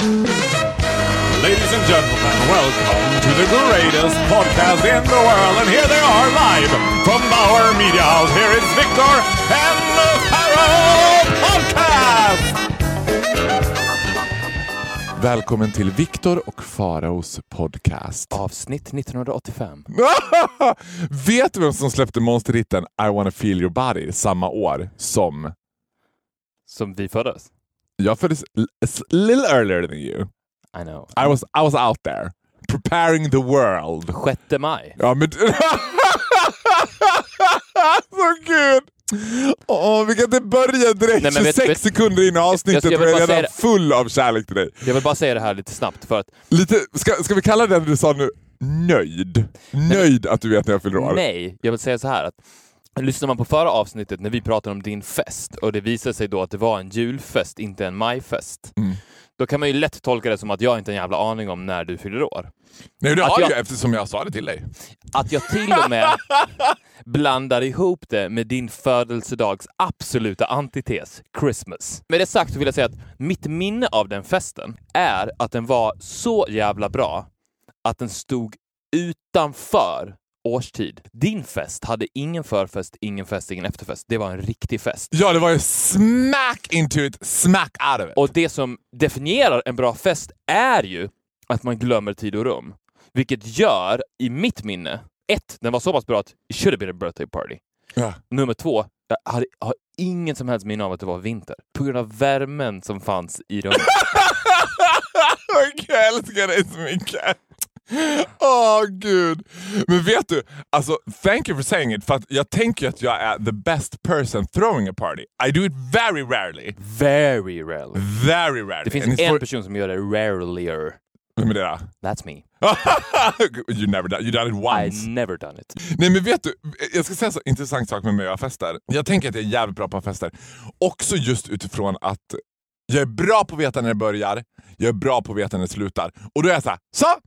Ladies and gentlemen, welcome to the greatest podcast in the world. And here they are live from Bauer Media House. Here is Victor and the Pharaoh Podcast! Välkommen till Victor och Faraos podcast. Avsnitt 1985. Vet du vem som släppte monsterhitten I Wanna Feel Your Body samma år som vi föddes? Jag föddes a little earlier than you. I know. I was out there preparing the world. 6 maj. Ja, men så kul. Vi kan inte börja direkt. Nej, men 26 sekunder in i avsnittet och jag är redan full av kärlek till dig. Jag vill bara säga det här lite snabbt för att ska vi kalla den du sa nu nöjd? Nöjd att du vet när jag fyller år? Nej, jag vill säga så här att lyssnar man på förra avsnittet när vi pratade om din fest och det visade sig då att det var en julfest, inte en majfest. Då kan man ju lätt tolka det som att jag inte har en jävla aning om när du fyller år. Nej, det har jag eftersom jag sa det till dig. Att jag till och med blandar ihop det med din födelsedags absoluta antites, Christmas. Med det sagt så vill jag säga att mitt minne av den festen är att den var så jävla bra att den stod utanför årstid. Din fest hade ingen förfest, ingen fest, ingen efterfest. Det var en riktig fest. Ja, det var ju smack into it, smack out of it. Och det som definierar en bra fest är ju att man glömmer tid och rum. Vilket gör, i mitt minne, 1, den var så pass bra att it should have been a birthday party. Ja. Nummer 2, jag har ingen som helst minne av att det var vinter. På grund av värmen som fanns i rummet. Jag älskar dig så mycket. Åh, gud. Men vet du, alltså, thank you for saying it, för att jag tänker att jag är the best person throwing a party. I do it very rarely. Very rarely. Very rarely. Det finns en person som gör det rarelier. Vem är det då? That's me. You done it once. I never done it. Nej, men vet du, jag ska säga så intressant sak med mig och fester. Jag tänker att jag är jävligt bra på fester. Också just utifrån att jag är bra på att veta när det börjar. Jag är bra på att veta när det slutar. Och då är jag så här,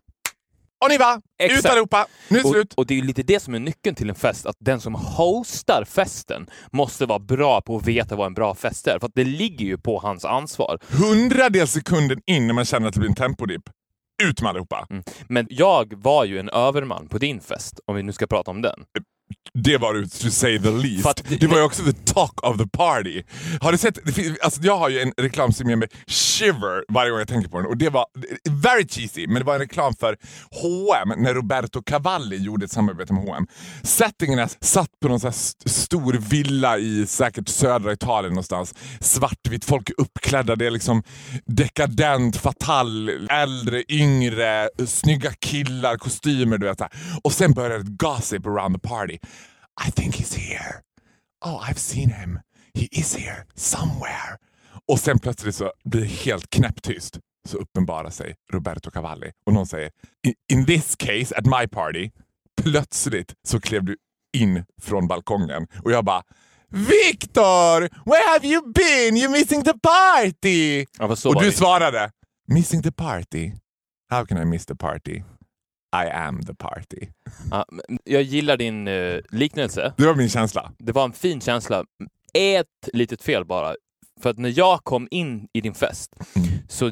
och ni va? Ut allihopa, nu är det slut. Och det är ju lite det som är nyckeln till en fest, att den som hostar festen måste vara bra på att veta vad en bra fest är. För att det ligger ju på hans ansvar. 100 sekunder in när man känner att det blir en tempodipp. Ut med allihopa. Men jag var ju en överman på din fest, om vi nu ska prata om den. Det var du, to say the least. Det var ju också the talk of the party. Har du sett? Alltså jag har ju en reklamserie med Shiver varje gång jag tänker på den. Och det var very cheesy, men det var en reklam för H&M när Roberto Cavalli gjorde ett samarbete med H&M. Settingen är satt på någon sån här stor villa i säkert södra Italien någonstans. Svartvitt, folk är uppklädda. Det är liksom dekadent, fatal, äldre, yngre, snygga killar, kostymer, du vet. Och sen börjar ett gossip around the party. I think he's here. Oh, I've seen him. He is here somewhere. Och sen plötsligt så blir det helt knäpptyst. Så uppenbarar sig Roberto Cavalli. Och någon säger, in this case at my party, plötsligt så klev du in från balkongen. Och jag bara, Victor, where have you been? You're missing the party. Ja, och du svarade, missing the party? How can I miss the party? I am the party. Ja, jag gillar din liknelse. Det var min känsla. Det var en fin känsla. Ett litet fel bara. För att när jag kom in i din fest så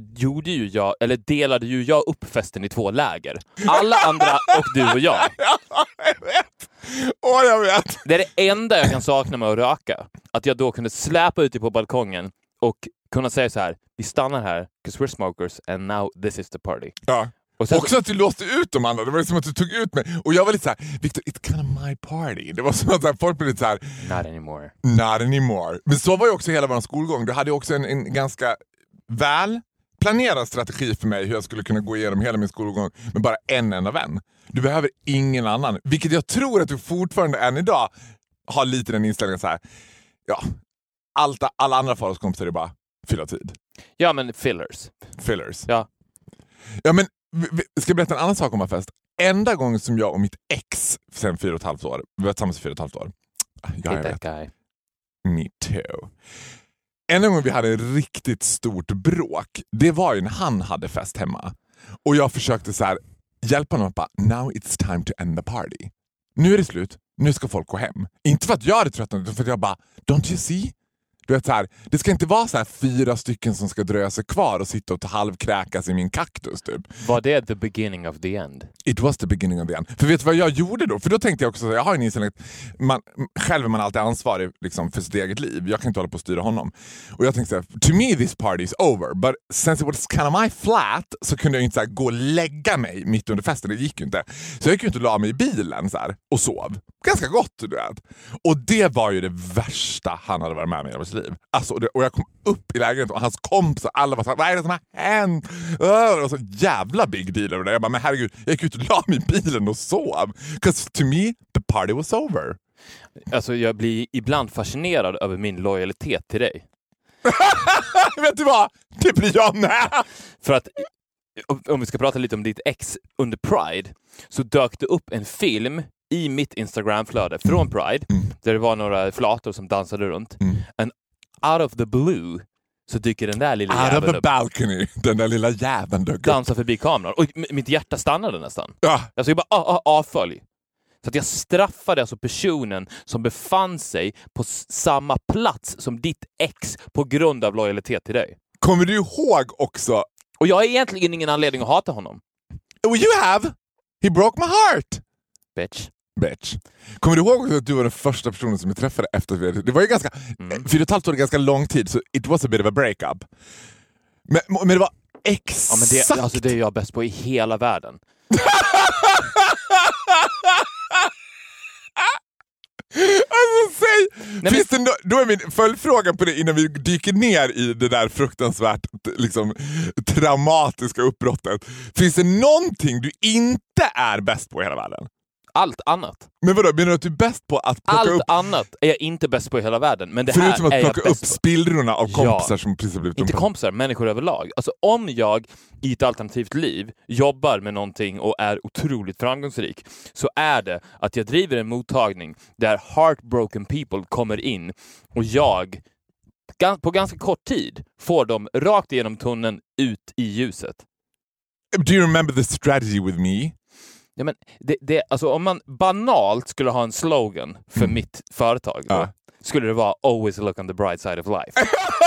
delade ju jag upp festen i 2 läger. Alla andra och du och jag. Jag vet. Jag vet. Det är det enda jag kan sakna med att röka. Att jag då kunde släpa ut dig på balkongen och kunna säga så här: vi stannar här, 'cause we're smokers and now this is the party. Ja. Och sen, också att du låste ut de andra. Det var som att du tog ut mig. Och jag var lite så här, Victor, it's kind of my party. Det var som att folk blev lite så här, not anymore. Not anymore. Men så var ju också hela vår skolgång. Du hade ju också en ganska väl planerad strategi för mig hur jag skulle kunna gå igenom hela min skolgång med bara en enda vän. Du behöver ingen annan. Vilket jag tror att du fortfarande än idag har lite den inställningen så här. Ja, alla andra förhållskompisar är bara fylla tid. Ja, men fillers. Ja. Ja, men ska jag berätta en annan sak om vår fest? Enda gången som jag och mitt ex sen 4,5 år, vi var tillsammans i 4,5 år. Jag vet. Guy. Me too. En gång vi hade en riktigt stort bråk, det var ju när han hade fest hemma. Och jag försökte så här hjälpa honom att bara, now it's time to end the party. Nu är det slut, nu ska folk gå hem. Inte för att jag hade tröttnat, utan för att jag bara, don't you see? Du vet så här, det ska inte vara så här 4 stycken som ska dröja sig kvar och sitta och ta halvkräkas i min kaktus typ. Var det the beginning of the end? It was the beginning of the end. För vet du vad jag gjorde då? För då tänkte jag också så jag har en inställning att själv är man alltid ansvarig liksom, för sitt eget liv. Jag kan inte hålla på att styra honom. Och jag tänkte så här, to me this party is over. But since it was kind of my flat så kunde jag inte så här, gå och lägga mig mitt under festen. Det gick ju inte. Så jag gick ut och la mig i bilen så här, och sov. Ganska gott, du vet. Och det var ju det värsta han hade varit med mig i sitt liv. Alltså, och jag kom upp i lägenheten och hans kompisar, alla var så här, vad är det som har hänt? Det var så jävla big deal över det. Jag bara, men herregud, jag gick ut och la mig i bilen och sov. Because to me, the party was over. Alltså jag blir ibland fascinerad över min lojalitet till dig. Vet du vad? Det blir jag med! För att, om vi ska prata lite om ditt ex under Pride, så dök det upp en film i mitt Instagram-flöde från Pride, där det var några flator som dansade runt. And out of the blue så dyker den där lilla jäveln upp. Out of the balcony, den där lilla jäveln dök upp. Dansar förbi kameran. Och mitt hjärta stannade nästan. Ja. Alltså jag bara, avfölj. Så att jag straffade alltså personen som befann sig på samma plats som ditt ex på grund av lojalitet till dig. Kommer du ihåg också? Och jag har egentligen ingen anledning att hata honom. Oh, you have! He broke my heart! Bitch. Kommer du ihåg att du var den första personen som jag träffade efter att vi hade... Det var ju ganska... 4,5 år, ganska lång tid, så it was a bit of a breakup. Men det var exakt... Ja, men det är jag bäst på i hela världen. Alltså säg! Då är min följdfråga på det innan vi dyker ner i det där fruktansvärt liksom, traumatiska uppbrottet. Finns det någonting du inte är bäst på i hela världen? Allt annat. Men vadå, menar du att du är bäst på att plocka upp... Allt annat är jag inte bäst på i hela världen. Men det förutom här att plocka upp spillrorna av kompisar som precis har blivit inte kompisar, människor överlag. Alltså om jag i ett alternativt liv jobbar med någonting och är otroligt framgångsrik, så är det att jag driver en mottagning där heartbroken people kommer in och jag på ganska kort tid får dem rakt igenom tunneln ut i ljuset. Do you remember the strategy with me? Ja, men alltså, om man banalt skulle ha en slogan för mitt företag då, skulle det vara always look on the bright side of life.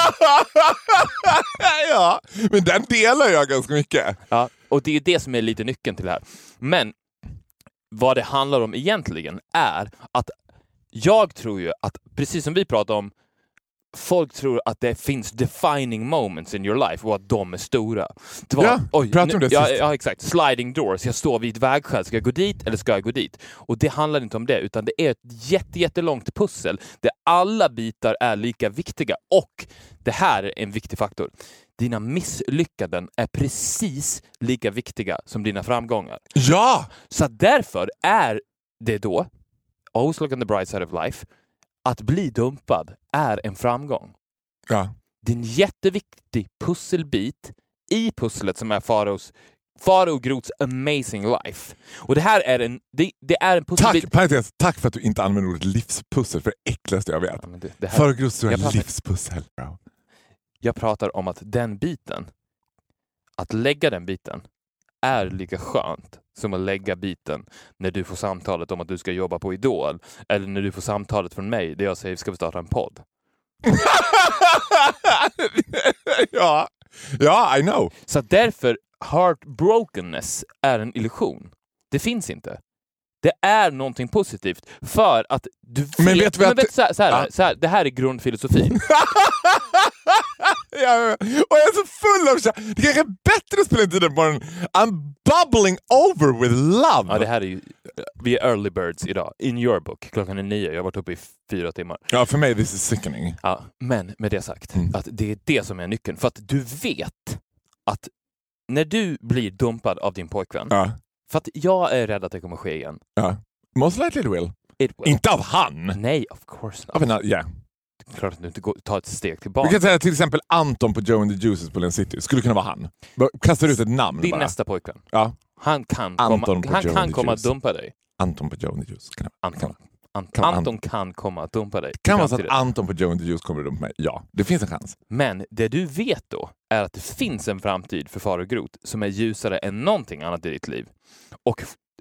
Ja, men den delar jag ganska mycket. Ja, och det är det som är lite nyckeln till det här. Men vad det handlar om egentligen är att jag tror ju att, precis som vi pratade om, folk tror att det finns defining moments in your life och att de är stora. Det var, ja, exakt. Sliding doors. Jag står vid ett vägskäl. Ska jag gå dit eller ska jag gå dit? Och det handlar inte om det, utan det är ett jättelångt pussel där alla bitar är lika viktiga. Och det här är en viktig faktor. Dina misslyckanden är precis lika viktiga som dina framgångar. Ja! Så därför är det då, always look on the bright side of life, att bli dumpad är en framgång. Ja. Det är en jätteviktig pusselbit i pusslet som är Farao Groths Amazing Life. Och det här är det är en pusselbit... Tack för att du inte använder ordet livspussel, för det äckligaste jag vet. Ja, Farao Groths livspussel. Bro. Jag pratar om att den biten, att lägga den biten, är lika skönt som att lägga biten när du får samtalet om att du ska jobba på Idol, eller när du får samtalet från mig där jag säger ska vi starta en podd. Ja, I know. Så därför heartbrokenness är en illusion. Det finns inte. Det är någonting positivt för att du vet, men vet så här, det här är grundfilosofin. Ja, och jag är så full av kärlek. Det kanske är bättre att spela in tiden på den. I'm bubbling over with love. Ja, det här är ju... Vi är early birds idag. In your book. Klockan är 9. Jag har varit uppe i 4 timmar. Ja, för mig this is sickening. Ja, men med det sagt, att det är det som är nyckeln. För att du vet att när du blir dumpad av din pojkvän, för att jag är rädd att det kommer ske igen. Ja. Most likely it will. Inte av han. Nej, of course not. Yeah. Klart att du inte tar ett steg tillbaka. Vi kan säga till exempel Anton på Joe and the Juices på Len City. Skulle kunna vara han. Kastar ut ett namn. Din bara. nästa pojkvän. Ja. Han kan komma att dumpa dig. Anton på Joe and the Juice. Anton kan komma att dumpa dig. Kan vara så att Anton på Joe and the Juice kommer att dumpa mig? Ja, det finns en chans. Men det du vet då är att det finns en framtid för Farao Groth som är ljusare än någonting annat i ditt liv. Och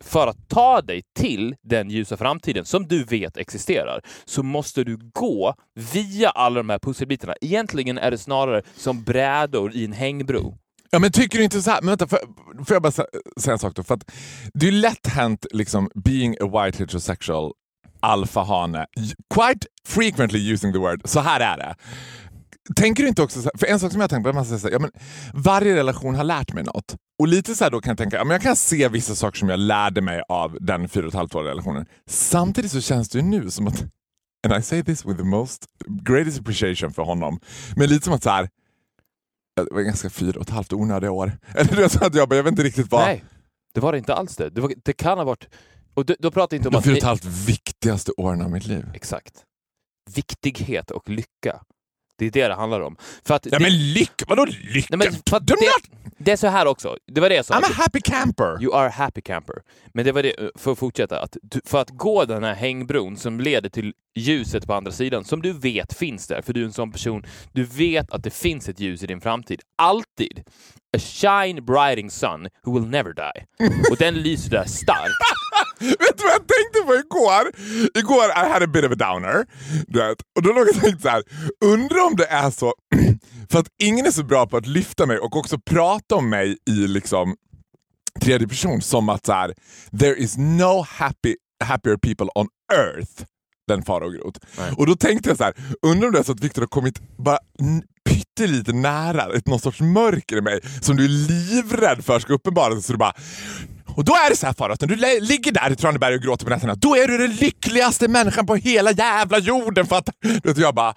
för att ta dig till den ljusa framtiden som du vet existerar, så måste du gå via alla de här pusselbitarna. Egentligen är det snarare som brädor i en hängbro. Ja, men tycker du inte så här? Men vänta, får jag bara säga en sak då? För att det är lätt hänt liksom being a white heterosexual alfahane, quite frequently using the word, så här är det. Tänker du inte också så här, för en sak som jag tänker på, man säger så här, ja, men varje relation har lärt mig något. Och lite så här då kan jag tänka, ja, men jag kan se vissa saker som jag lärde mig av den 4,5-åriga relationen. Samtidigt så känns det ju nu som att, and I say this with the most greatest appreciation för honom, men lite som att så här, det var ganska 4,5 onödiga år. Eller det så att jag vet inte riktigt vad. Nej, det var det inte alls det. Det kan ha varit, och då pratar inte om de att 4,5 viktigaste åren av mitt liv. Exakt. Viktighet och lycka. Det är det handlar om. För att ja, men lycka? Vadå lycka? Nej, men för att det är så här också. Det var det jag sa. I'm a happy camper. You are a happy camper. Men det var det, för att fortsätta, att för att gå den här hängbron som leder till ljuset på andra sidan, som du vet finns där, för du är en sån person, du vet att det finns ett ljus i din framtid. Alltid. A shine brighting sun who will never die. Och den lyser där starkt. Vet du vad jag tänkte på igår? Igår I had a bit of a downer. Du vet. Och då låg jag och tänkte så här, undrar om det är så, för att ingen är så bra på att lyfta mig och också prata om mig i liksom tredje person, som att så här, there is no happier people on earth than Farao Groth. Och då tänkte jag så här, undrar om det är så att Victor har kommit bara pyttelite nära någon sorts mörker i mig som du är livrädd för ska uppenbara, så du bara. Och då är det så här, Farao, att när du ligger där i Traneberg och gråter på nätterna, då är du den lyckligaste människan på hela jävla jorden. För att jag bara,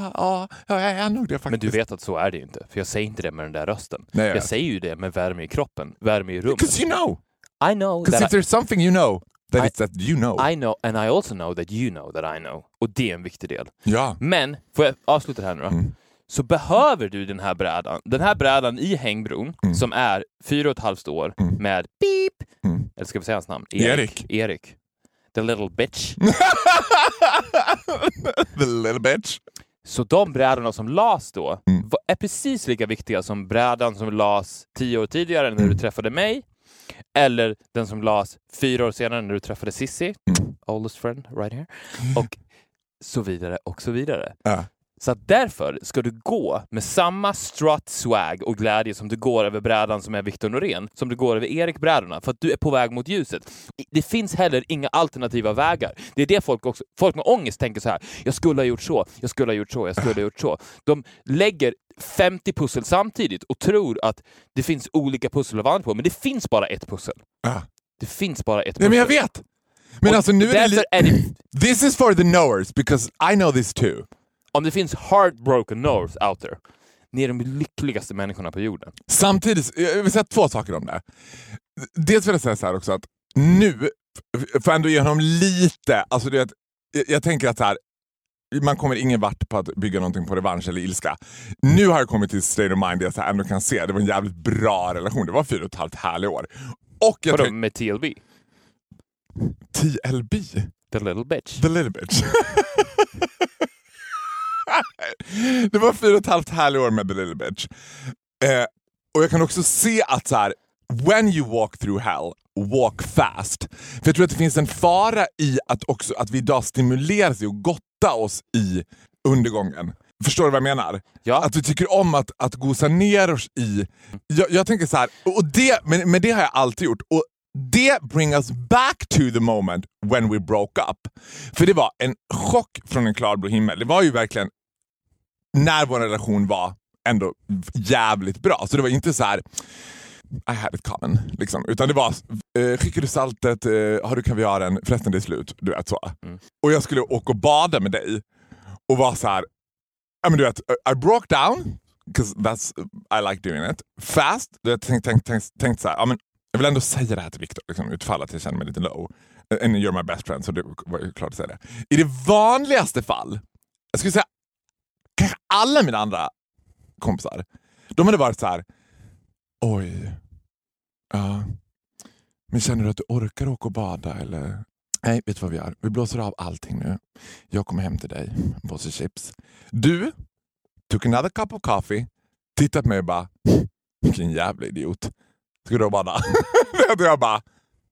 jag är nog det faktiskt. Men du vet att så är det inte. För jag säger inte det med den där rösten. Nej, jag säger ju det med värme i kroppen, värme i rummet. Because you know. I know. Because if there's something you know, that it's that you know. I know, and I also know that you know that I know. Och det är en viktig del. Ja. Men, får jag avsluta det här nu då? Så behöver du den här brädan i hängbron som är 4,5 år med beep, eller ska vi säga hans namn? Erik. The little bitch. The little bitch. Så de brädorna som las då är precis lika viktiga som brädan som las 10 år tidigare när du träffade mig, eller den som las 4 år senare när du träffade Sissi, oldest friend right here, och så vidare och så vidare. Så att därför ska du gå med samma strut swag och glädje som du går över brädan som är Victor Norén, som du går över Erik brädorna, för att du är på väg mot ljuset. Det finns heller inga alternativa vägar. Det är det folk med ångest tänker så här: jag skulle ha gjort så, jag skulle ha gjort så, jag skulle ha gjort så. De lägger 50 pussel samtidigt och tror att det finns olika pussel att vandra på, men det finns bara ett pussel. Det finns bara ett pussel. Nej, men jag vet. Men alltså nu är det this is for the knowers, because I know this too. Om det finns heartbroken knowers out there, ni är de lyckligaste människorna på jorden. Samtidigt, jag vill säga 2 saker om det. Dels vill jag säga så här också, att nu, för ändå ge honom lite, alltså det, jag tänker att så här, man kommer ingen vart på att bygga någonting på revansch eller ilska. Nu har jag kommit till state of mind där jag så här ändå kan se, det var en jävligt bra relation, det var 4,5 härliga år. Och jag med TLB? TLB? The little bitch. The little bitch. Det var 4,5 härliga år med The Little Bitch. Och jag kan också se att så här, when you walk through hell, walk fast. För jag tror att det finns en fara i att vi idag stimuleras och gotta oss i undergången. Förstår du vad jag menar? Ja. Att vi tycker om att gosa ner oss i. Jag tänker så här, och men det har jag alltid gjort. Och det bring us back to the moment when we broke up. För det var en chock från en klarblå himmel. Det var ju verkligen när vår relation var ändå jävligt bra. Så det var inte så här I had it common liksom. Utan det var skickar du saltet, har du kaviaren, förresten det är slut, du vet så. Och jag skulle åka och bada med dig och var så här, ja men du vet, I broke down because I like doing it fast. Jag tänkte så här, ja men jag vill ändå säga det här till Victor liksom, utfall att jag känner mig lite low. And you're my best friend, så det var ju klart att säga det. I det vanligaste fall, jag skulle säga kanske alla mina andra kompisar, de hade varit så här: oj, ja, men känner du att du orkar åka och bada eller? Nej, vet du vad vi gör? Vi blåser av allting nu. Jag kommer hem till dig, en påse chips. Du took another cup of coffee, tittat på mig och bara, vilken jävla idiot. Ska du bada? Och jag bara,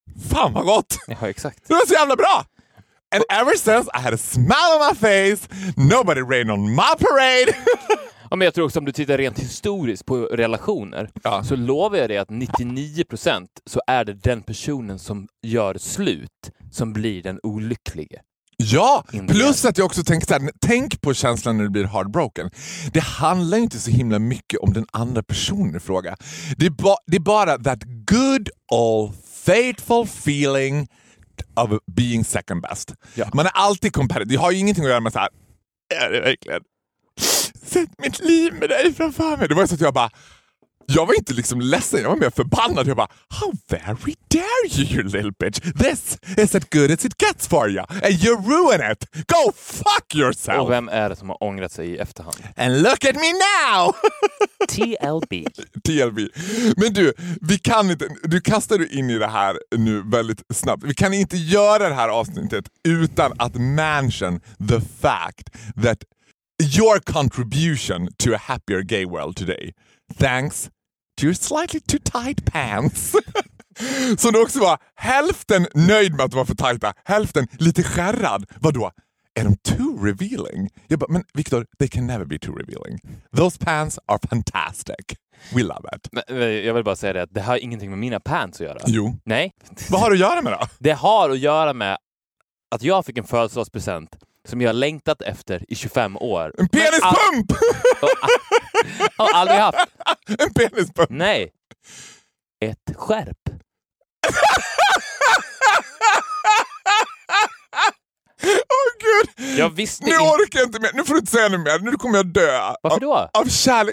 Fan vad gott! Ja, exakt. Det var så jävla bra! And ever since I had a smile on my face, nobody rained on my parade. Ja, men jag tror också om du tittar rent historiskt på relationer så lovar jag dig att 99% så är det den personen som gör slut som blir den olycklige. Ja, plus att jag också tänker så här, tänk på känslan när du blir heartbroken. Det handlar inte så himla mycket om den andra personen i fråga. Det är bara that good old fateful feeling of being second best. Ja. Man är alltid competitive. Det har ju ingenting att göra med så här, är det verkligen? Sätt mitt liv med dig framför mig. Det var så att jag var inte liksom ledsen, jag var mer förbannad. Jag bara, how very dare you little bitch. This is as good as it gets for you. And you ruin it. Go fuck yourself. Och vem är det som har ångrat sig i efterhand? And look at me now. TLB. Men vi kan inte, du kastar in i det här nu väldigt snabbt. Vi kan inte göra det här avsnittet utan att mention the fact that your contribution to a happier gay world today, thanks to your slightly too tight pants. Så det också var hälften nöjd med att de var för tajta, hälften lite skärrad. Vadå? Är de too revealing? Jag bara, men Victor, they can never be too revealing. Those pants are fantastic. We love it. Men, jag vill bara säga det har ingenting med mina pants att göra. Jo. Nej. Vad har det att göra med då? Det har att göra med att jag fick en födelsedagspresent som jag har längtat efter i 25 år. En penispump! Har aldrig haft. En penispump? Nej. Ett skärp. Gud. Jag visste nu orkar jag inte mer. Nu får du inte säga något mer. Nu kommer jag dö. Varför då? Av kärlek.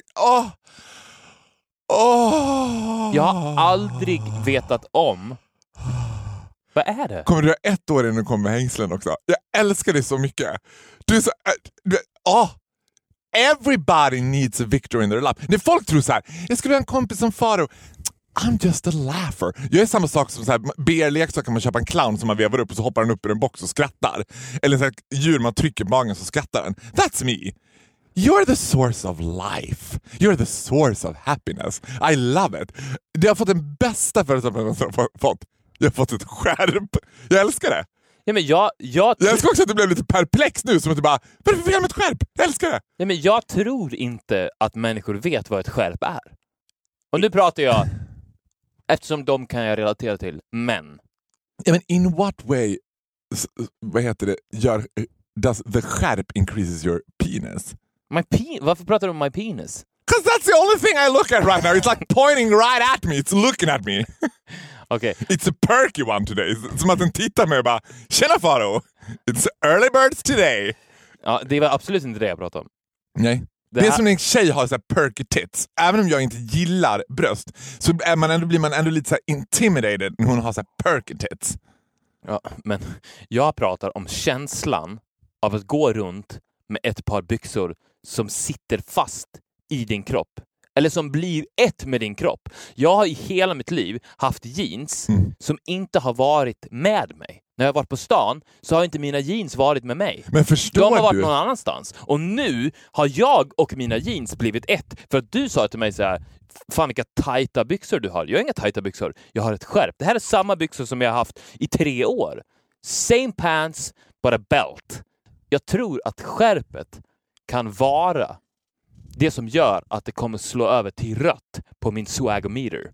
Jag har aldrig vetat om. Vad är det? Kommer du ha 1 år innan du kommer med hängslen också? Jag älskar dig så mycket. Du är så... Everybody needs a Victor in their life. När folk tror så här, jag skulle ha en kompis som Faro. I'm just a laugher. Jag är samma sak som så här, BR-leksak kan man köpa en clown som man vevar upp och så hoppar den upp i en box och skrattar. Eller så här, djur man trycker på magen så skrattar den. That's me. You're the source of life. You're the source of happiness. I love it. Det har fått den bästa födelsedagen som jag har fått. Jag har fått ett skärp. Jag älskar det. Ja, men jag älskar också att det blev lite perplex nu. Som att du bara, vad är det för fel med ett skärp? Jag älskar det. Ja, men jag tror inte att människor vet vad ett skärp är. Och nu pratar jag, eftersom de kan jag relatera till män. Ja, men in what way, vad heter det, does the skärp increases your penis? Varför pratar du om my penis? Because that's the only thing I look at right now. It's like pointing right at me. It's looking at me. Okay. It's a perky one today. Som att den tittar med och bara, tjena Faro. It's early birds today. Ja, det var absolut inte det jag pratade om. Nej. Det är som när en tjej har så här perky tits. Även om jag inte gillar bröst så blir man ändå lite så här intimidated när hon har så här perky tits. Ja, men jag pratar om känslan av att gå runt med ett par byxor som sitter fast i din kropp. Eller som blir ett med din kropp. Jag har i hela mitt liv haft jeans som inte har varit med mig. När jag har varit på stan så har inte mina jeans varit med mig. Men förstår de har varit du? någon annanstans. Och nu har jag och mina jeans blivit ett. För att du sa till mig så här, fan vilka tajta byxor du har. Jag har inga tajta byxor. Jag har ett skärp. Det här är samma byxor som jag har haft i 3 år. Same pants, but a belt. Jag tror att skärpet kan vara det som gör att det kommer slå över till rött på min swagometer.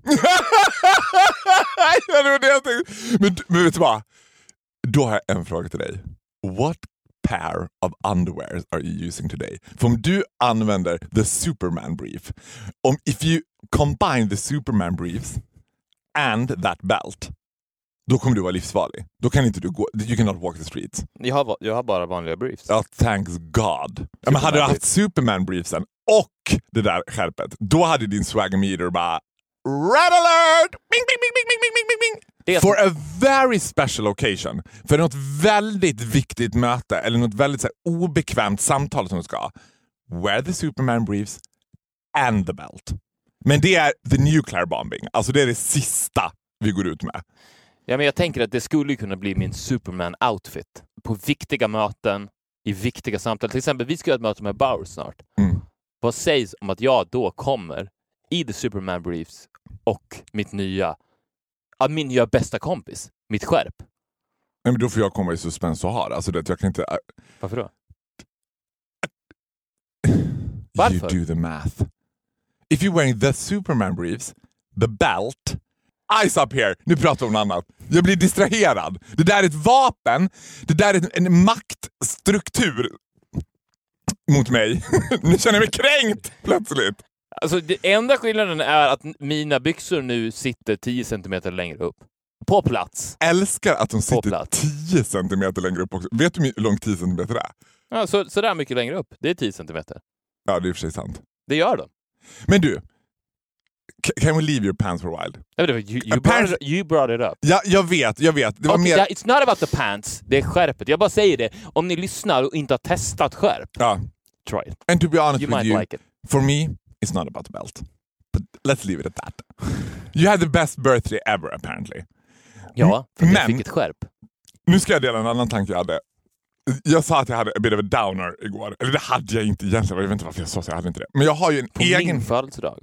Ja, det var det jag tänkte. Men vet du vad? Då har jag en fråga till dig. What pair of underwear are you using today? För om du använder the Superman brief, if you combine the Superman briefs and that belt, då kommer du vara livsfarlig. Då kan inte du gå, you cannot walk the streets. Jag har bara vanliga briefs. Ja, thanks God. Ja, men hade du haft Superman briefsen och det där skärpet, då hade din swagmeter bara red alert! Bing, bing, bing, bing, bing, bing, bing, bing. For a very special occasion. För något väldigt viktigt möte eller något väldigt så här, obekvämt samtal som du ska. Wear the Superman briefs and the belt. Men det är the nuclear bombing. Alltså det är det sista vi går ut med. Ja, men jag tänker att det skulle kunna bli min Superman-outfit. På viktiga möten, i viktiga samtal. Till exempel, vi ska göra ett möte med Bauer snart. Vad sägs om att jag då kommer i the Superman briefs och mitt nya Att min gör bästa kompis, mitt skärp. Nej, men då får jag komma i suspens och ha det. Alltså det, jag kan inte... Varför då? Varför? You do the math. If you're wearing the Superman briefs, the belt, eyes up here. Nu pratar vi om något annat. Jag blir distraherad. Det där är ett vapen. Det där är en maktstruktur mot mig. Nu känner jag mig kränkt plötsligt. Alltså det enda skillnaden är att mina byxor nu sitter 10 centimeter längre upp. På plats. Älskar att de sitter 10 centimeter längre upp också. Vet du hur långt 10 centimeter är? Ja, så där mycket längre upp. Det är 10 centimeter. Ja, det är i och för sig sant. Det gör de. Men du, can we leave your pants for a while? You brought it up. Ja, jag vet. Det var mer... It's not about the pants, det är skärpet. Jag bara säger det. Om ni lyssnar och inte har testat skärp, try it. And to be honest you with you, like it. For me, it's not about the belt. But let's leave it at that. You had the best birthday ever, apparently. Ja, för jag fick ett skärp. Nu ska jag dela en annan tanke jag hade. Jag sa att jag hade a bit of a downer igår. Eller det hade jag inte egentligen. Jag vet inte varför jag sa så, jag hade inte det. Men jag har ju en egen... På min födelsedag?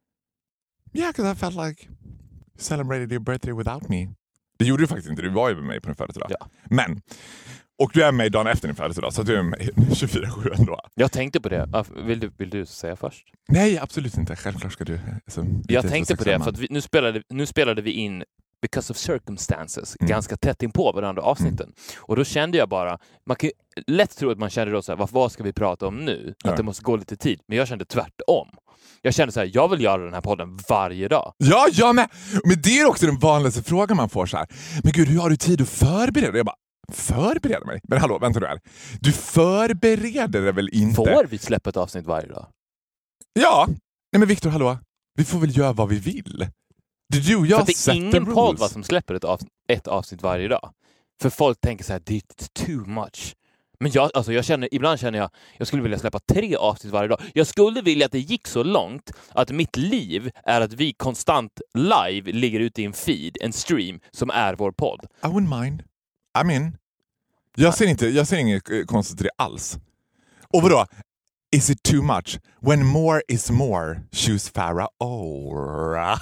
Yeah, because I felt like you celebrated your birthday without me. Det gjorde du faktiskt inte, du var ju med mig på din födelsedag. Ja. Men, och du är med dagen efter din födelsedag, så du är med 24/7 ändå. Jag tänkte på det. Vill du säga först? Nej, absolut inte. Självklart ska du... Jag tänkte på det, för att nu spelade vi in Because of Circumstances ganska tätt in på varandra avsnitten. Och då kände jag bara, man kan lätt tro att man kände då så här, vad ska vi prata om nu? Att det måste gå lite tid. Men jag kände tvärtom. Jag kände så här, jag vill göra den här podden varje dag. Ja, jag med! Men det är också den vanligaste frågan man får så här. Men gud, hur har du tid att förbereda dig? Jag bara, förbereda mig? Men hallå, vänta du här. Du förbereder det väl inte? Får vi släppa ett avsnitt varje dag? Ja. Nej men Victor, hallå. Vi får väl göra vad vi vill. Det är ingen podd vad som släpper ett avsnitt varje dag. För folk tänker så här, det är too much. Men ibland känner jag skulle vilja släppa 3 avsnitt varje dag. Jag skulle vilja att det gick så långt att mitt liv är att vi konstant live ligger ute i en feed, en stream som är vår podd. I wouldn't mind. I'm in. Jag ser inget konstigt i det alls. Och vadå? Is it too much? When more is more, choose Farah Ora.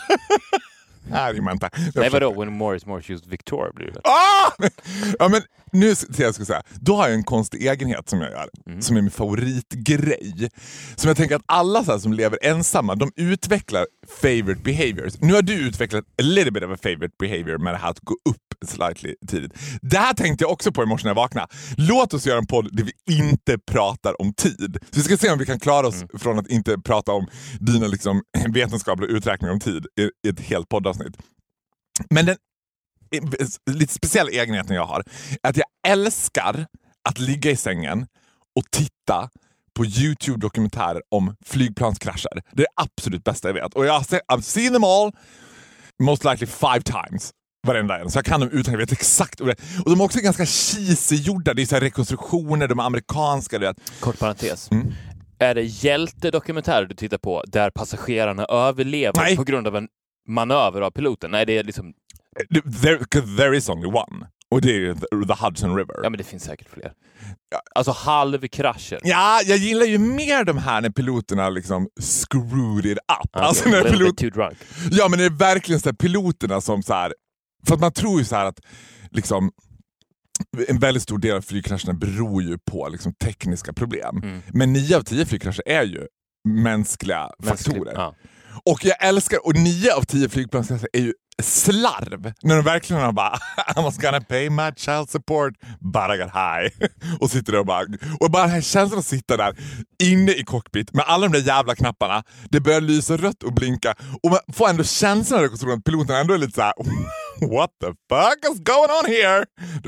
Nej, vadå? When more is more, choose Victoria blir det. Ja, men nu ska jag säga. Då har jag en konstig egenhet som jag gör. Som är min favoritgrej. Som jag tänker att alla så här, som lever ensamma, de utvecklar favorite behaviors. Nu har du utvecklat a little bit of a favorite behavior med det här att gå upp slightly tidigt. Det här tänkte jag också på i morse när jag vaknade. Låt oss göra en podd där vi inte pratar om tid. Så vi ska se om vi kan klara oss från att inte prata om dina liksom, vetenskapliga uträkningar om tid i ett helt poddavsnitt. Men den lite speciella egenheten jag har är att jag älskar att ligga i sängen och titta på YouTube-dokumentärer om flygplanskrascher. Det är det absolut bästa jag vet. Och I've seen them all most likely 5 times. Varenda en. Så jag kan dem utan jag vet exakt. Och de är också ganska cheesy gjorda. Det är så här rekonstruktioner, de är amerikanska. Det. Kort parentes. Är det hjältedokumentärer du tittar på där passagerarna överlever på grund av en manöver av piloten? Nej, det är liksom... There is only one. Och det är the Hudson River. Ja, men det finns säkert fler. Alltså halvkrascher. Ja, jag gillar ju mer de här när piloterna liksom screwed it up. Okay, alltså när bit too drunk. Ja, men det är verkligen så här piloterna som så här... För att man tror ju så här att liksom, en väldigt stor del av flygkrascherna beror ju på liksom, tekniska problem. Men 9 av 10 flygkrascher är ju mänskliga faktorer. Ja. Och jag älskar, och 9 av 10 flygplanskrascher är ju slarv. När de verkligen har bara I was gonna pay my child support but I got high. Och sitter där och bara den här känslan att sitta där inne i cockpit med alla de där jävla knapparna. Det börjar lysa rött och blinka. Och man får ändå känslan att piloten ändå är lite så här what the fuck is going on here?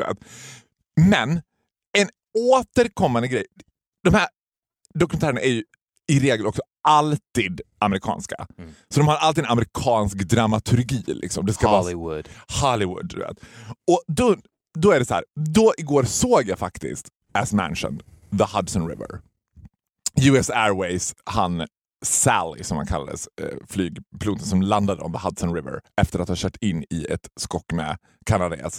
Men en återkommande grej. De här dokumentärerna är ju i regel också alltid amerikanska. Så de har alltid en amerikansk dramaturgi. Liksom. Det ska Hollywood. Vara Hollywood, du vet. Och då är det så här. Då igår såg jag faktiskt, as mentioned, the Hudson River. US Airways, han Sally som han kallades, flygpiloten som landade on the Hudson River efter att ha kört in i ett skock med kanadens.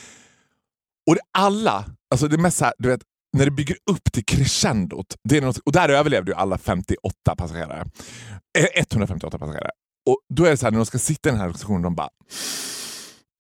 Och det alla, alltså det mest så här, du vet, när det bygger upp till crescendot, det är något, och där överlevde ju alla 58 passagerare. 158 passagerare. Och då är det så här, när de ska sitta i den här diskussionen, de bara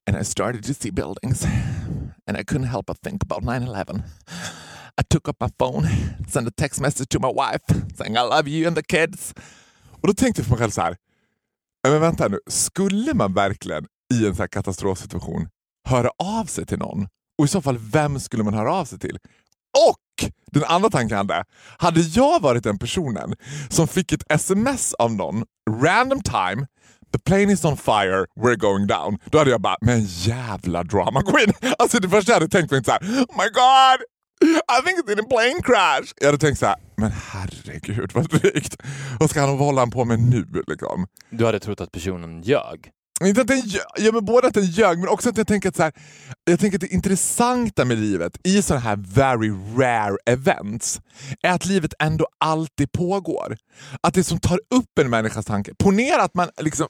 and I started to see buildings, and I couldn't help but think about 9/11. I took up my phone, sent a text message to my wife saying I love you and the kids. Och då tänkte jag för mig själv så här, men vänta nu, skulle man verkligen i en så här katastrofsituation höra av sig till någon? Och i så fall, vem skulle man höra av sig till? Och den andra tanken hade jag varit den personen som fick ett sms av någon, random time, the plane is on fire, we're going down. Då hade jag bara, men jävla drama queen. Alltså det första jag hade tänkt mig så här, oh my god, I think it's in a plane crash. Jag hade tänkt så här, men herregud vad drygt. Vad ska han hålla på med nu liksom? Du hade trott att personen ljög. Inte att den ljög, men både att den ljög, men också att jag tänker att så här, jag tänker att det intressanta med livet i sådana här very rare events är att livet ändå alltid pågår. Att det som tar upp en människas tanke. Ponera att man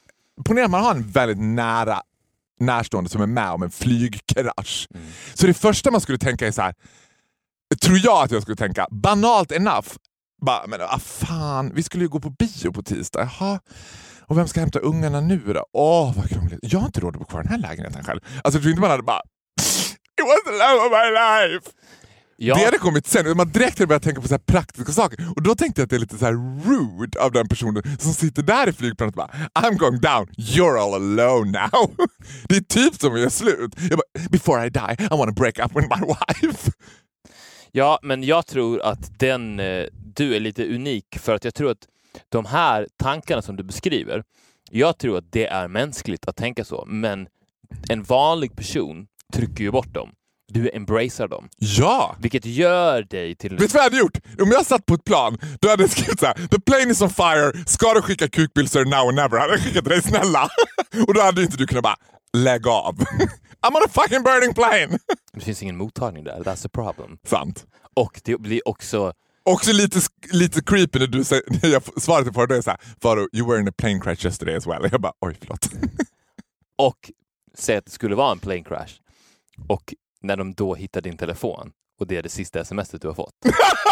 har en väldigt närstående som är med om en flygkrasch. Så det första man skulle tänka är så här, tror jag att jag skulle tänka, banalt enough, bara, men fan, vi skulle ju gå på bio på tisdag. Jaha. Och vem ska hämta ungarna nu då? Vad krångligt. Jag har inte råd att bo kvar i den här lägenheten själv. Alltså jag tror inte man hade bara, it was the love of my life. Ja. Det hade kommit sen. Man direkt hade börjat tänka på så här praktiska saker. Och då tänkte jag att det är lite så här rude av den personen som sitter där i flygplanet och bara, I'm going down, you're all alone now. Det är typ som vi är slut. Jag bara, before I die, I want to break up with my wife. Ja, men jag tror att du är lite unik, för att jag tror att de här tankarna som du beskriver, jag tror att det är mänskligt att tänka så, men en vanlig person trycker ju bort dem. Du embracear dem. Ja! Vilket gör dig till... Vet du vad jag hade gjort? Om jag satt på ett plan, då hade jag skrivit såhär, the plane is on fire, ska du skicka kukbilder now or never? Hade jag skickat dig, snälla. Och då hade inte du kunnat bara, lägg av. I'm on a fucking burning plane. Det finns ingen mottagning där, that's a problem. Sant. Och det blir också lite creepy när du säger, när jag svarar till Faro, är såhär, Faro, you were in a plane crash yesterday as well. Jag bara, oj förlåt. Och säg att det skulle vara en plane crash. Och när de då hittar din telefon och det är det sista smset du har fått.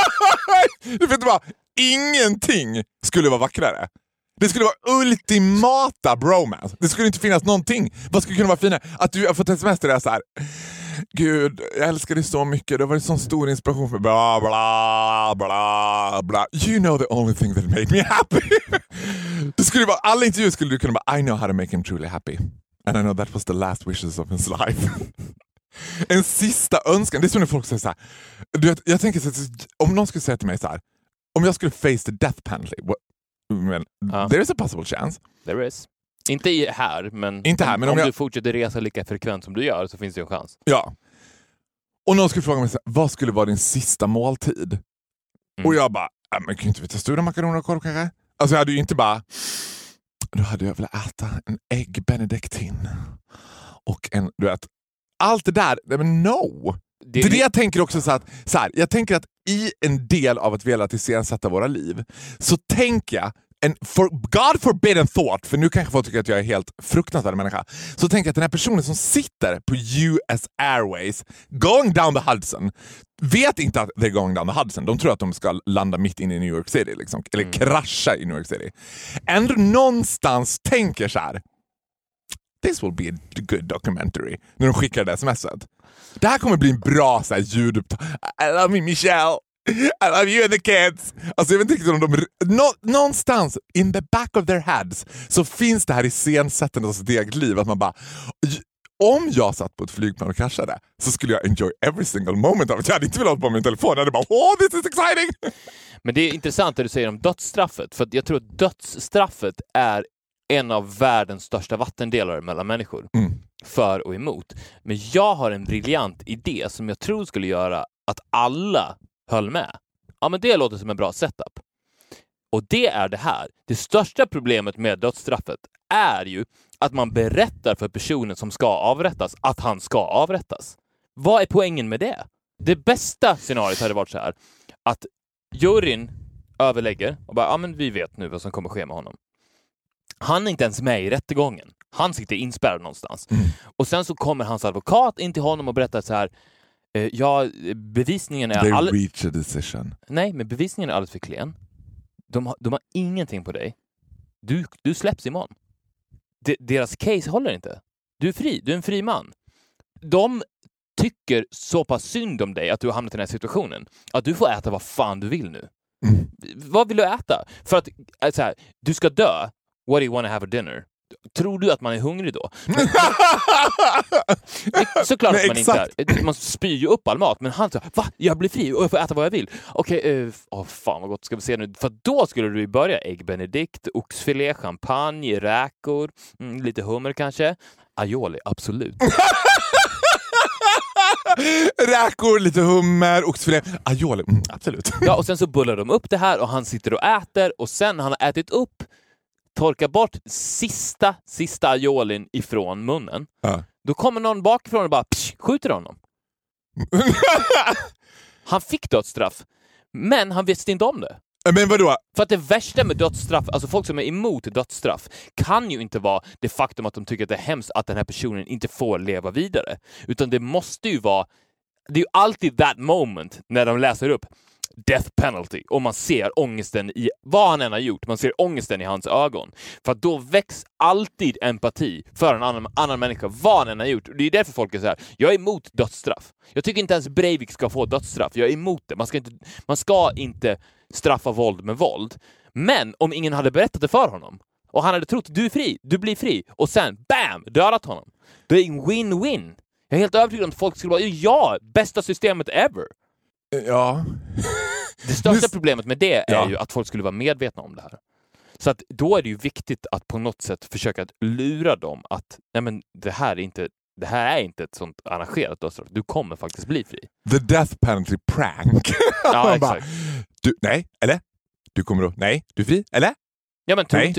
Du vet bara, ingenting skulle vara vackrare. Det skulle vara ultimata bromance. Det skulle inte finnas någonting. Vad skulle kunna vara finare? Att du har fått sms till det så här. Gud, jag älskar dig så mycket. Det har varit sån stor inspiration för bla bla bla bla. You know the only thing that made me happy. Det skulle vara, alla intervjuer skulle du kunna bara, I know how to make him truly happy. And I know that was the last wishes of his life. En sista önskan. Det är så när folk säger så här. Du vet, jag tänker så här, om någon skulle säga till mig så här, om jag skulle face the death penalty, there is a possible chance. There is. Inte här, men, om du fortsätter resa lika frekvent som du gör så finns det en chans. Ja. Och någon skulle fråga mig så här, vad skulle vara din sista måltid? Och jag bara, men kan inte vi ta stora makaroner och korv kanske? Alltså jag hade ju inte bara, då hade jag velat äta en ägg benediktin och en, du vet, allt det där, men no. Det är det jag tänker också så här, jag tänker att i en del av att vilja tillsätta våra liv så tänker jag, God forbidden thought, för nu kanske folk tycker att jag är helt fruktansvärd människa, så tänker jag att den här personen som sitter på US Airways going down the Hudson vet inte att they're going down the Hudson. De tror att de ska landa mitt inne i New York City liksom, eller krascha i New York City. Ändå någonstans tänker så här, this will be a good documentary, när de skickar det smset. Det här kommer bli en bra så här, ljudupptag. I love me Michelle, I love you and the kids. Alltså jag vet inte om de... någonstans in the back of their heads så finns det här i scensättandet av sitt eget liv. Att man bara... Om jag satt på ett flygplan och kraschade så skulle jag enjoy every single moment av det. Jag hade inte velat ha på min telefon. Jag hade bara, this is exciting! Men det är intressant det du säger om dödsstraffet. För jag tror att dödsstraffet är en av världens största vattendelare mellan människor. För och emot. Men jag har en briljant idé som jag tror skulle göra att alla höll med. Ja, men det låter som en bra setup. Och det är det här. Det största problemet med dödsstraffet är ju att man berättar för personen som ska avrättas att han ska avrättas. Vad är poängen med det? Det bästa scenariot hade varit så här. Att juryn överlägger och bara, ja men vi vet nu vad som kommer ske med honom. Han är inte ens med i rättegången. Han sitter inspärrad någonstans. Och sen så kommer hans advokat in till honom och berättar så här. Ja, bevisningen är... They reach a decision. Nej, men bevisningen är alldeles för klen. De har ingenting på dig. Du släpps imorgon. Deras case håller inte. Du är fri, du är en fri man. De tycker så pass synd om dig att du har hamnat i den här situationen att du får äta vad fan du vill nu. Vad vill du äta? För att så här, du ska dö. What do you want to have for dinner? Tror du att man är hungrig då? Såklart att man inte är. Man spyr ju upp all mat. Men han sa, va? Jag blir fri och jag får äta vad jag vill. Okej, fan vad gott ska vi se nu. För då skulle du börja ägg benedict, oxfilé, champagne, räkor, lite hummer kanske. Aioli, absolut. Räkor, lite hummer, oxfilé, aioli, absolut. Ja, och sen så bullar de upp det här och han sitter och äter och sen han har ätit upp, torkar bort sista aiolin ifrån munnen. Då kommer någon bakifrån och bara skjuter honom. Han fick dödsstraff, men han visste inte om det. Men vadå? För att det värsta med dödsstraff, alltså folk som är emot dödsstraff, kan ju inte vara det faktum att de tycker att det är hemskt att den här personen inte får leva vidare. Utan det måste ju vara, det är ju alltid that moment när de läser upp death penalty och man ser ångesten i vad han än har gjort, man ser ångesten i hans ögon. För att då väcks alltid empati för en annan människa, vad han än har gjort. Och det är därför folk är så här, jag är emot dödsstraff. Jag tycker inte ens Breivik ska få dödsstraff, jag är emot det. Man ska inte straffa våld med våld. Men om ingen hade berättat det för honom och han hade trott du är fri, du blir fri och sen bam, dödat honom. Det är en win-win. Jag är helt övertygad om att folk skulle vara bästa systemet ever. Ja. Det största problemet med det är ju att folk skulle vara medvetna om det här. Så att då är det ju viktigt att på något sätt försöka att lura dem att nej men det här är inte ett sånt arrangerat dödsstraff. Du kommer faktiskt bli fri. The death penalty prank. Ja, exakt. Nej, eller? Du kommer då, nej, du är fri, eller? Ja, men tror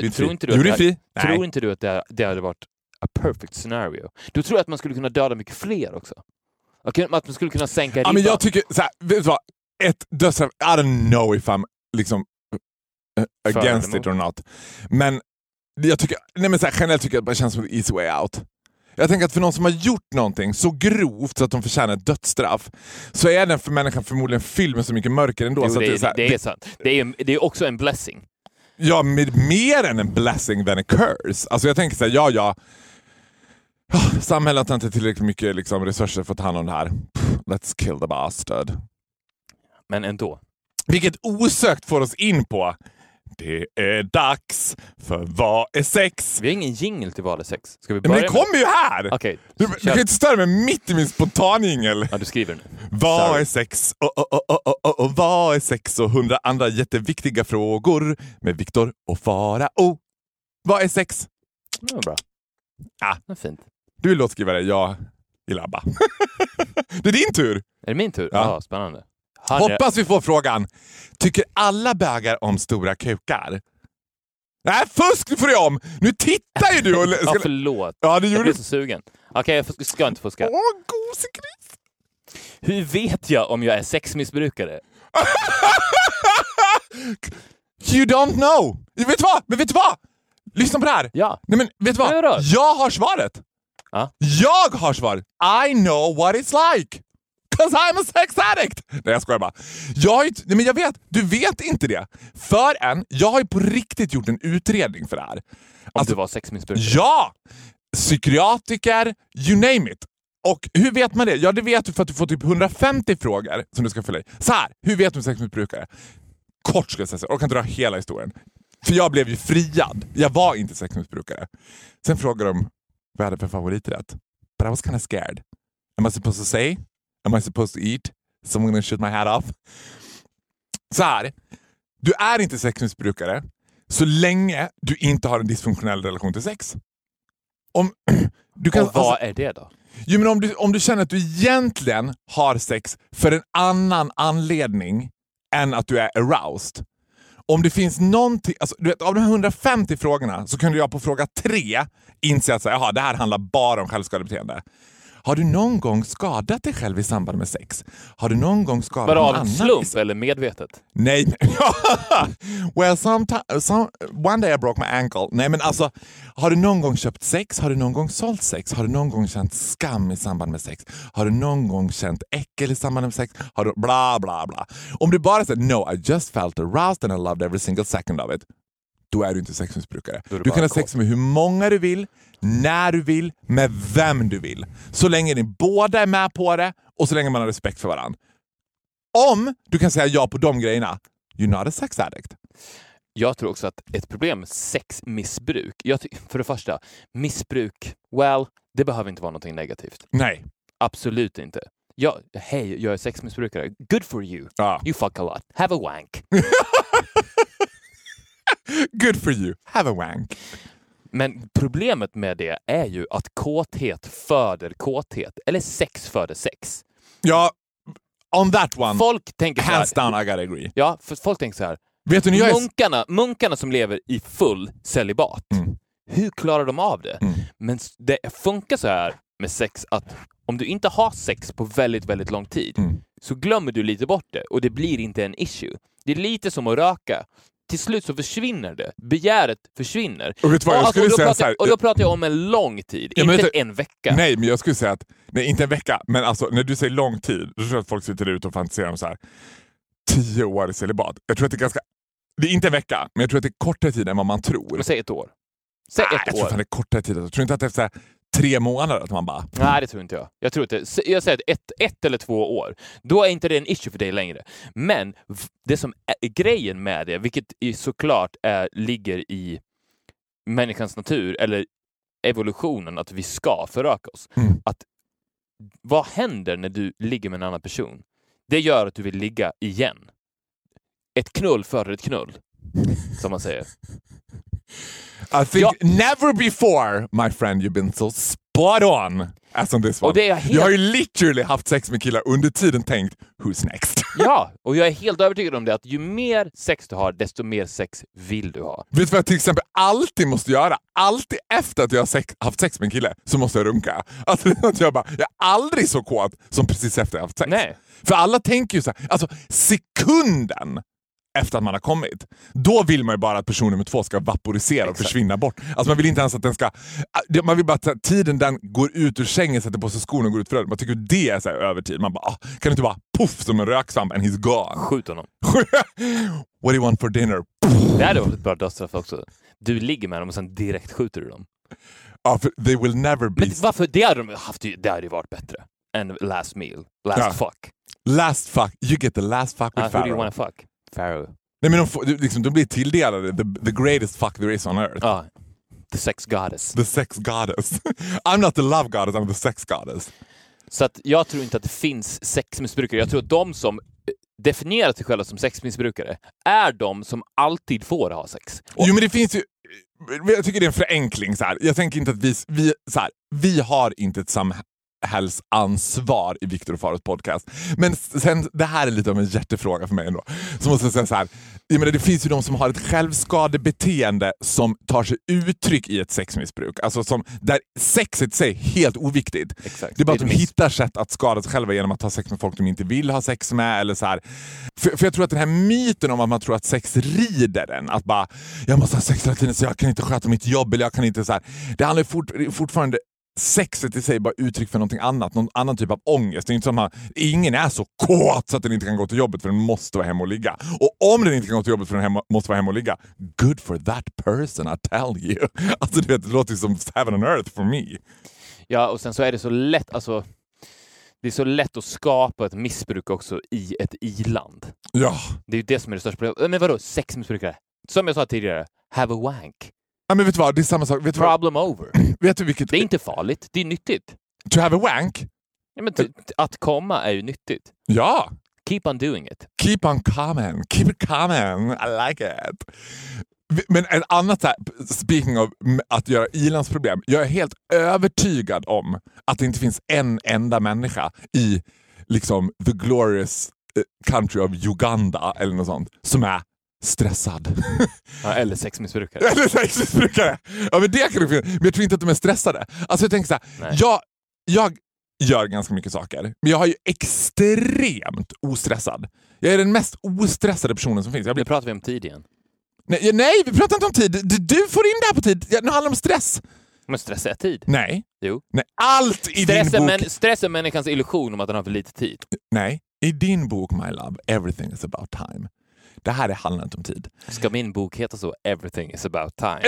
inte du att det hade varit a perfect scenario? Du tror att man skulle kunna döda mycket fler också? Att man skulle kunna sänka ribban? Ja, men jag tycker så här, vet du vad? Ett dödsstraff, I don't know if I'm liksom against it or not. Men jag tycker, generellt tycker jag att det känns som ett easy way out. Jag tänker att för någon som har gjort någonting så grovt så att de förtjänar ett dödsstraff, så är den för människan förmodligen fylld med så mycket mörker ändå. Jo, så det är sant. Det är också en blessing. Ja, mer än en blessing than a curse. Alltså jag tänker så här, samhället har inte tillräckligt mycket liksom, resurser för att ta hand om det här. Let's kill the bastard. Men ändå. Vilket osökt får oss in på det är dags för vad är sex? Vi har ingen jingle till vad är sex. Ska vi börja? Men det kommer ju här! Okay, du kan inte störa mig mitt i min spontanjingel. Ja, du skriver nu. Vad är sex? Och vad är sex? Och 100 andra jätteviktiga frågor med Viktor och Farao. Vad är sex? Det var bra. Ja. Det är fint. Du är låtskrivare, jag gillar ABBA. Det är din tur. Är det min tur? Ja, spännande. Hoppas vi får frågan. Tycker alla bögar om stora kukar? Nej, fusk får du om! Nu tittar ju du! Och ja, förlåt. Ja, jag blev så sugen. Okej, jag ska inte fuska. Gosekris. Hur vet jag om jag är sexmissbrukare? You don't know! Vet du vad? Lyssna på det här. Ja. Nej, men vet du vad? Jag har svaret. Jag har svaret. I know what it's like. 'Cause I'm a sex addict! Nej, jag skojar bara. Men jag vet, du vet inte det. Förrän, jag har ju på riktigt gjort en utredning för det här. Om du var sexmissbrukare? Ja! Psykiatriker, you name it. Och hur vet man det? Ja, det vet du för att du får typ 150 frågor som du ska fylla i. Så här, hur vet du sexmissbrukare? Kort ska jag säga, jag kan dra hela historien. För jag blev ju friad. Jag var inte sexmissbrukare. Sen frågade de vad jag hade för favoriträtt. But I was kind of scared. Am I supposed to say? Am I supposed to eat? So I'm gonna shoot my hat off. Så här. Du är inte sexmissbrukare så länge du inte har en dysfunktionell relation till sex. Och vad är det då? Jo, men om du känner att du egentligen har sex för en annan anledning än att du är aroused. Om det finns någonting, alltså, du vet, av de här 150 frågorna så kunde jag på fråga 3 inse att det här handlar bara om självskadebeteende. Har du någon gång skadat dig själv i samband med sex? Har du någon gång skadat någon annan? Bara av en slump eller medvetet? Nej. Well, one day I broke my ankle. Nej, men alltså, har du någon gång köpt sex? Har du någon gång sålt sex? Har du någon gång känt skam i samband med sex? Har du någon gång känt äckel i samband med sex? Har du bla bla bla? Om du bara säger no, I just felt aroused and I loved every single second of it. då är du inte sexmissbrukare. Då är Du bara kan ha kåt. sex med hur många du vill, när du vill, med vem du vill. Så länge ni båda är med på det och så länge man har respekt för varandra. Om du kan säga ja på de grejerna, you're not a sex addict. Jag tror också att ett problem med sexmissbruk, för det första, missbruk, det behöver inte vara något negativt. Nej. Absolut inte. Hej, jag är sexmissbrukare. Good for you. Ja. You fuck a lot. Have a wank. Good for you. Have a wank. Men problemet med det är ju att kåthet föder kåthet. Eller sex föder sex. Ja, on that one. Folk tänker så här, Hands down, I gotta agree. Ja, för folk tänker så här. Vet du, Munkarna som lever i full celibat. Hur klarar de av det? Men det funkar så här med sex att om du inte har sex på väldigt, väldigt lång tid så glömmer du lite bort det och det blir inte en issue. Det är lite som att röka. Till slut så försvinner det. Begäret försvinner. Och vet du vad, jag skulle säga så här, och då pratar jag om en lång tid, inte en vecka. Nej, men jag skulle säga att, nej, inte en vecka, men alltså när du säger lång tid, då tror jag att folk sitter ut och fantiserar om så här 10 år i celibat. Jag tror att det är inte en vecka, men jag tror att det är kortare tid än vad man tror. Men säg ett år. Säg ett jag år. tror fan det är kortare tid. Jag tror inte att det är så här 3 månader att man bara... Nej, det tror inte jag. Jag säger att ett eller 2 år. Då är inte det en issue för dig längre. Men det som är grejen med det, vilket såklart ligger i människans natur eller evolutionen, att vi ska föröka oss. Att vad händer när du ligger med en annan person? Det gör att du vill ligga igen. Ett knull före ett knull, som man säger. I think never before, my friend, you've been so spot on as on this one. Och det är Jag har ju literally haft sex med killar under tiden tänkt, who's next? Ja, och jag är helt övertygad om det, att ju mer sex du har, desto mer sex vill du ha. Vet du vad jag till exempel alltid måste göra? Alltid efter att jag har haft sex med en kille så måste jag runka. Alltså jag är aldrig så kåt som precis efter jag har haft sex. Nej. För alla tänker ju så här, alltså sekunden efter att man har kommit, då vill man ju bara att person nummer 2 ska vaporisera och försvinna bort. Alltså man vill inte ens att den ska... Man vill bara att tiden den går ut ur sängen, sätter på sig skorna och går ut för övrigt. Man tycker det är så här övertid. Man bara, kan du inte bara puff som en röksvamp and he's gone? Skjut honom. What do you want for dinner? Det hade varit ett bra dödsstraff också. Du ligger med dem och sen direkt skjuter du dem. Ja, för they will never be... Men varför? Det hade ju varit bättre än last meal. Last fuck. Last fuck. You get the last fuck with Who do you Pharaoh. wanna fuck? Pharaoh. Nej, men de blir tilldelade the greatest fuck there is on earth. The sex goddess. The sex goddess. I'm not the love goddess, I'm the sex goddess. Så att jag tror inte att det finns sexmissbrukare. Jag tror att de som definierar sig själva som sexmissbrukare är de som alltid får ha sex. Jo, men det finns ju... Jag tycker det är en förenkling. Så här. Jag tänker inte att vi har inte ett samhällsansvar i Viktor och Faros podcast. Men sen, det här är lite av en hjärtefråga för mig ändå. Så måste jag säga så här. Jag menar, det finns ju de som har ett självskadebeteende som tar sig uttryck i ett sexmissbruk. Alltså där sexet i sig är helt oviktigt. Exakt. Det är bara att de hittar sätt att skada sig själva genom att ha sex med folk de inte vill ha sex med. Eller så här. För jag tror att den här myten om att man tror att sex rider en, att bara, jag måste ha sex hela tiden så jag kan inte sköta mitt jobb, eller jag kan inte så här. Det handlar fortfarande... Sexet i sig är bara uttryck för någonting annat, någon annan typ av ångest. Det är inte som att ingen är så kåt så att den inte kan gå till jobbet för den måste vara hemma och ligga. Och om den inte kan gå till jobbet för den måste vara hemma och ligga, good for that person, I tell you. Alltså det låter som heaven on earth for me. Ja, och sen så är det så lätt, alltså det är så lätt att skapa ett missbruk också i ett i-land. Ja. Det är ju det som är det största problemet. Men vadå, sexmissbrukare? Som jag sa tidigare, have a wank. Ja, men vet du vad? Det är samma sak. Problem over. Vet du vilket... Det är inte farligt, det är nyttigt. To have a wank? Ja, men att komma är ju nyttigt. Ja. Keep on doing it. Keep on coming. Keep it coming. I like it. Men ett annat här, speaking of att göra ilandsproblem. Jag är helt övertygad om att det inte finns en enda människa i liksom the glorious country of Uganda eller något sånt som är stressad. Ja, eller sexmissbrukare. Eller sexmissbrukare. Ja, men det kan du finna. Men jag tror inte att de är stressade. Alltså jag tänker så här, jag gör ganska mycket saker, men jag är ju extremt ostressad. Jag är den mest ostressade personen som finns. Nu pratar vi om tid igen. Nej, vi pratar inte om tid. Du får in det här på tid. Nu handlar det om stress. Men stress är tid. Nej. Jo. Nej, allt i din bok... Stress är människans illusion om att den har för lite tid. Nej, i din bok, my love, everything is about time. det här handlar inte om tid. Ska min bok heta så? Everything is about time.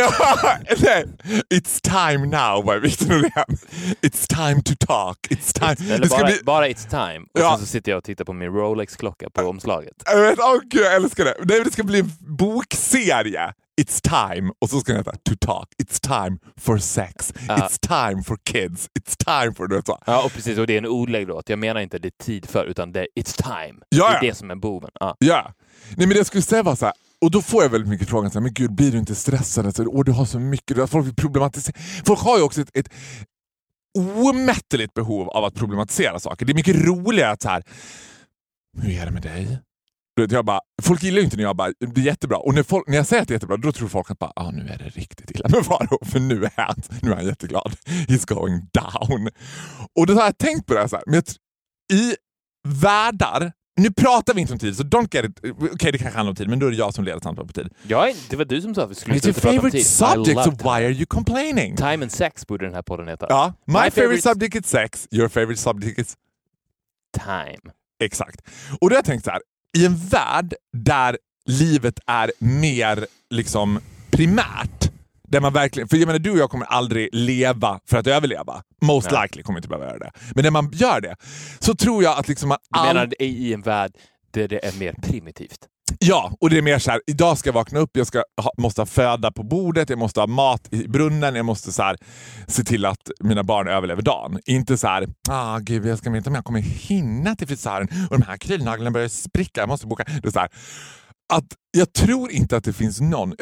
It's time now by Victor Norén. It's time to talk. It's time. Eller bara it's time. Och sen så sitter jag och tittar på min Rolex-klocka på omslaget. Gud, jag älskar det. Nej, det ska bli en bokserie. It's time. Och så ska den heta To Talk. It's time for sex. It's time for kids. It's time for det. Ja, och precis. Och det är en ordlägg då. Jag menar inte det är tid för, utan det är it's time. Ja. Det är det som är boven. Ja. Nej, men det jag skulle säga var så här. Och då får jag väldigt mycket frågan så här, men gud, blir du inte stressad? Så, du har så mycket. Folk vill problematisera. Folk har ju också ett omättligt behov av att problematisera saker. Det är mycket roligare att så här, hur är det med dig? Jag bara, folk gillar ju inte när jag bara, det är jättebra. Och när jag säger att det är jättebra, då tror folk att bara, nu är det riktigt illa med Faro. För nu är han jätteglad. He's going down. Och då har jag tänkt på det här så här. Men i världar, nu pratar vi inte om tid, så don't get it. Okej, det kanske handlar om tid, men då är det jag som leder samtal på tid. Ja, det var du som sa att vi skulle sluta prata om tid. It's your favorite subject, so why are you complaining? Time and sex borde den här podden heta. Ja, my favorite subject is sex, your favorite subject is time. Exakt. Och då har jag tänkt så här, i en värld där livet är mer liksom primärt, där man verkligen, för jag menar, du och jag kommer aldrig leva för att överleva. Most likely kommer inte behöva göra det. Men när man gör det, så tror jag att liksom man... Du menar i en värld där det är mer primitivt? Ja, och det är mer så här, idag ska jag vakna upp, måste ha föda på bordet, jag måste ha mat i brunnen, jag måste så här, se till att mina barn överlever dagen. Inte så här, gud, jag ska veta om jag kommer hinna till frisören och de här krylnaglarna börjar spricka, jag måste boka. Det är så här, att jag tror inte att det finns någon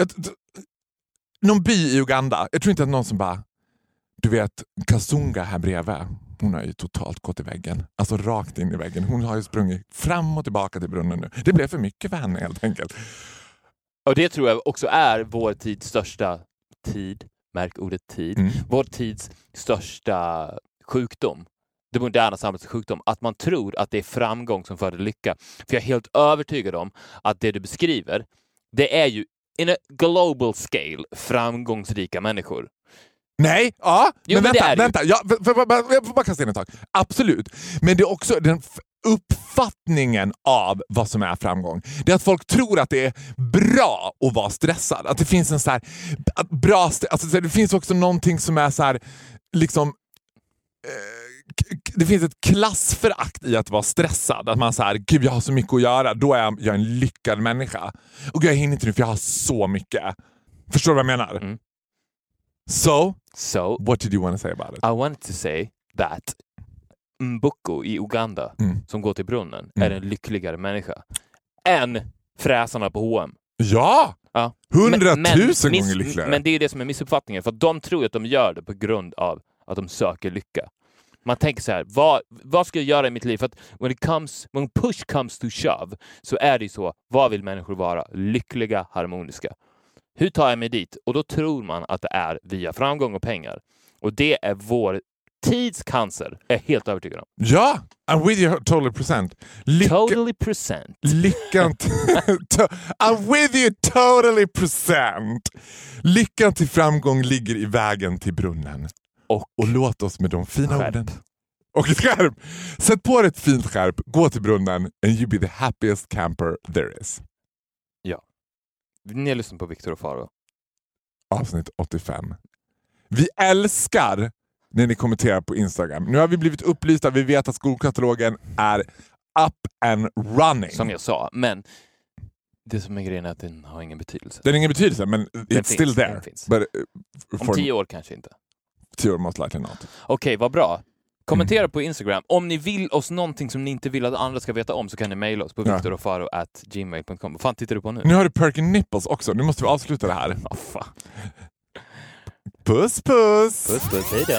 by i Uganda, jag tror inte att någon som bara, du vet, Kasunga här bredvid, hon har ju totalt gått i väggen. Alltså rakt in i väggen. Hon har ju sprungit fram och tillbaka till brunnen nu. Det blev för mycket för henne helt enkelt. Och det tror jag också är vår tids största tid. Märk ordet tid. Vår tids största sjukdom. Det moderna samhällets sjukdom. Att man tror att det är framgång som föder lycka. För jag är helt övertygad om att det du beskriver, det är ju in a global scale framgångsrika människor. Nej, men vänta. Jag får bara kasta in ett tag. Absolut. Men det är också den uppfattningen av vad som är framgång. Det är att folk tror att det är bra att vara stressad. Att det finns en så här bra... Alltså, det finns också någonting som är så här liksom... det finns ett klassförakt i att vara stressad. Att man säger, gud, jag har så mycket att göra. Då är jag en lyckad människa. Och jag hinner inte nu för jag har så mycket. Förstår du vad jag menar? So, what did you want to say about it? I wanted to say that Mbuku i Uganda som går till brunnen är en lyckligare människa än fräsarna på H&M. Ja! 100 000 gånger lyckligare. Men det är det som är missuppfattningen. För att de tror att de gör det på grund av att de söker lycka. Man tänker så här, vad ska jag göra i mitt liv? För att when push comes to shove, så är det så, vad vill människor vara? Lyckliga, harmoniska. Hur tar jag mig dit? Och då tror man att det är via framgång och pengar. Och det är vår tids cancer. Jag är helt övertygad om. Ja, I'm with you totally percent. Totally percent. Lyckan I'm with you totally percent. Lyckan till framgång ligger i vägen till brunnen. Och låt oss med de fina orden. Och ett skärp. Sätt på ett fint skärp, gå till brunnen and you be the happiest camper there is. Ja. Ni lyssnar på Victor och Faro. Avsnitt 85. Vi älskar när ni kommenterar på Instagram. Nu har vi blivit upplysta, vi vet att skolkatalogen är up and running. Som jag sa, men det som är grejen är att den har ingen betydelse. Den har ingen betydelse, men it's still there. But, om 10 år kanske inte. 10 år most likely not. Okej, vad bra. Kommentera på Instagram. Om ni vill oss någonting som ni inte vill att andra ska veta om, så kan ni mejla oss på victorofaro@gmail.com. Vad fan tittar du på nu? Nu har du Perky Nipples också. Nu måste vi avsluta det här. Fan. Puss, puss! Puss, puss. Hej då!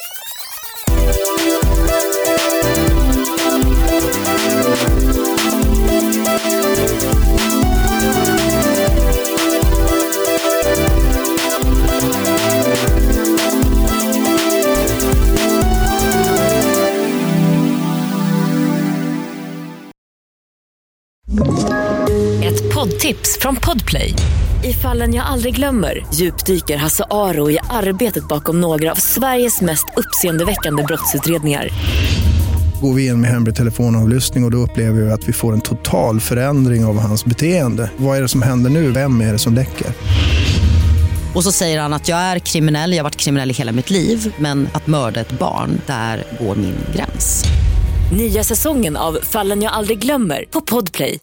Ett poddtips från Podplay. I Fallen jag aldrig glömmer djupdyker Hasse Aro i arbetet bakom några av Sveriges mest uppseendeväckande brottsutredningar. Går vi in med hemlig telefonavlyssning och då upplever vi att vi får en total förändring av hans beteende. Vad är det som händer nu? Vem är det som läcker? Och så säger han att jag är kriminell, jag har varit kriminell i hela mitt liv. Men att mörda ett barn, där går min gräns. Nya säsongen av Fallen jag aldrig glömmer på Podplay.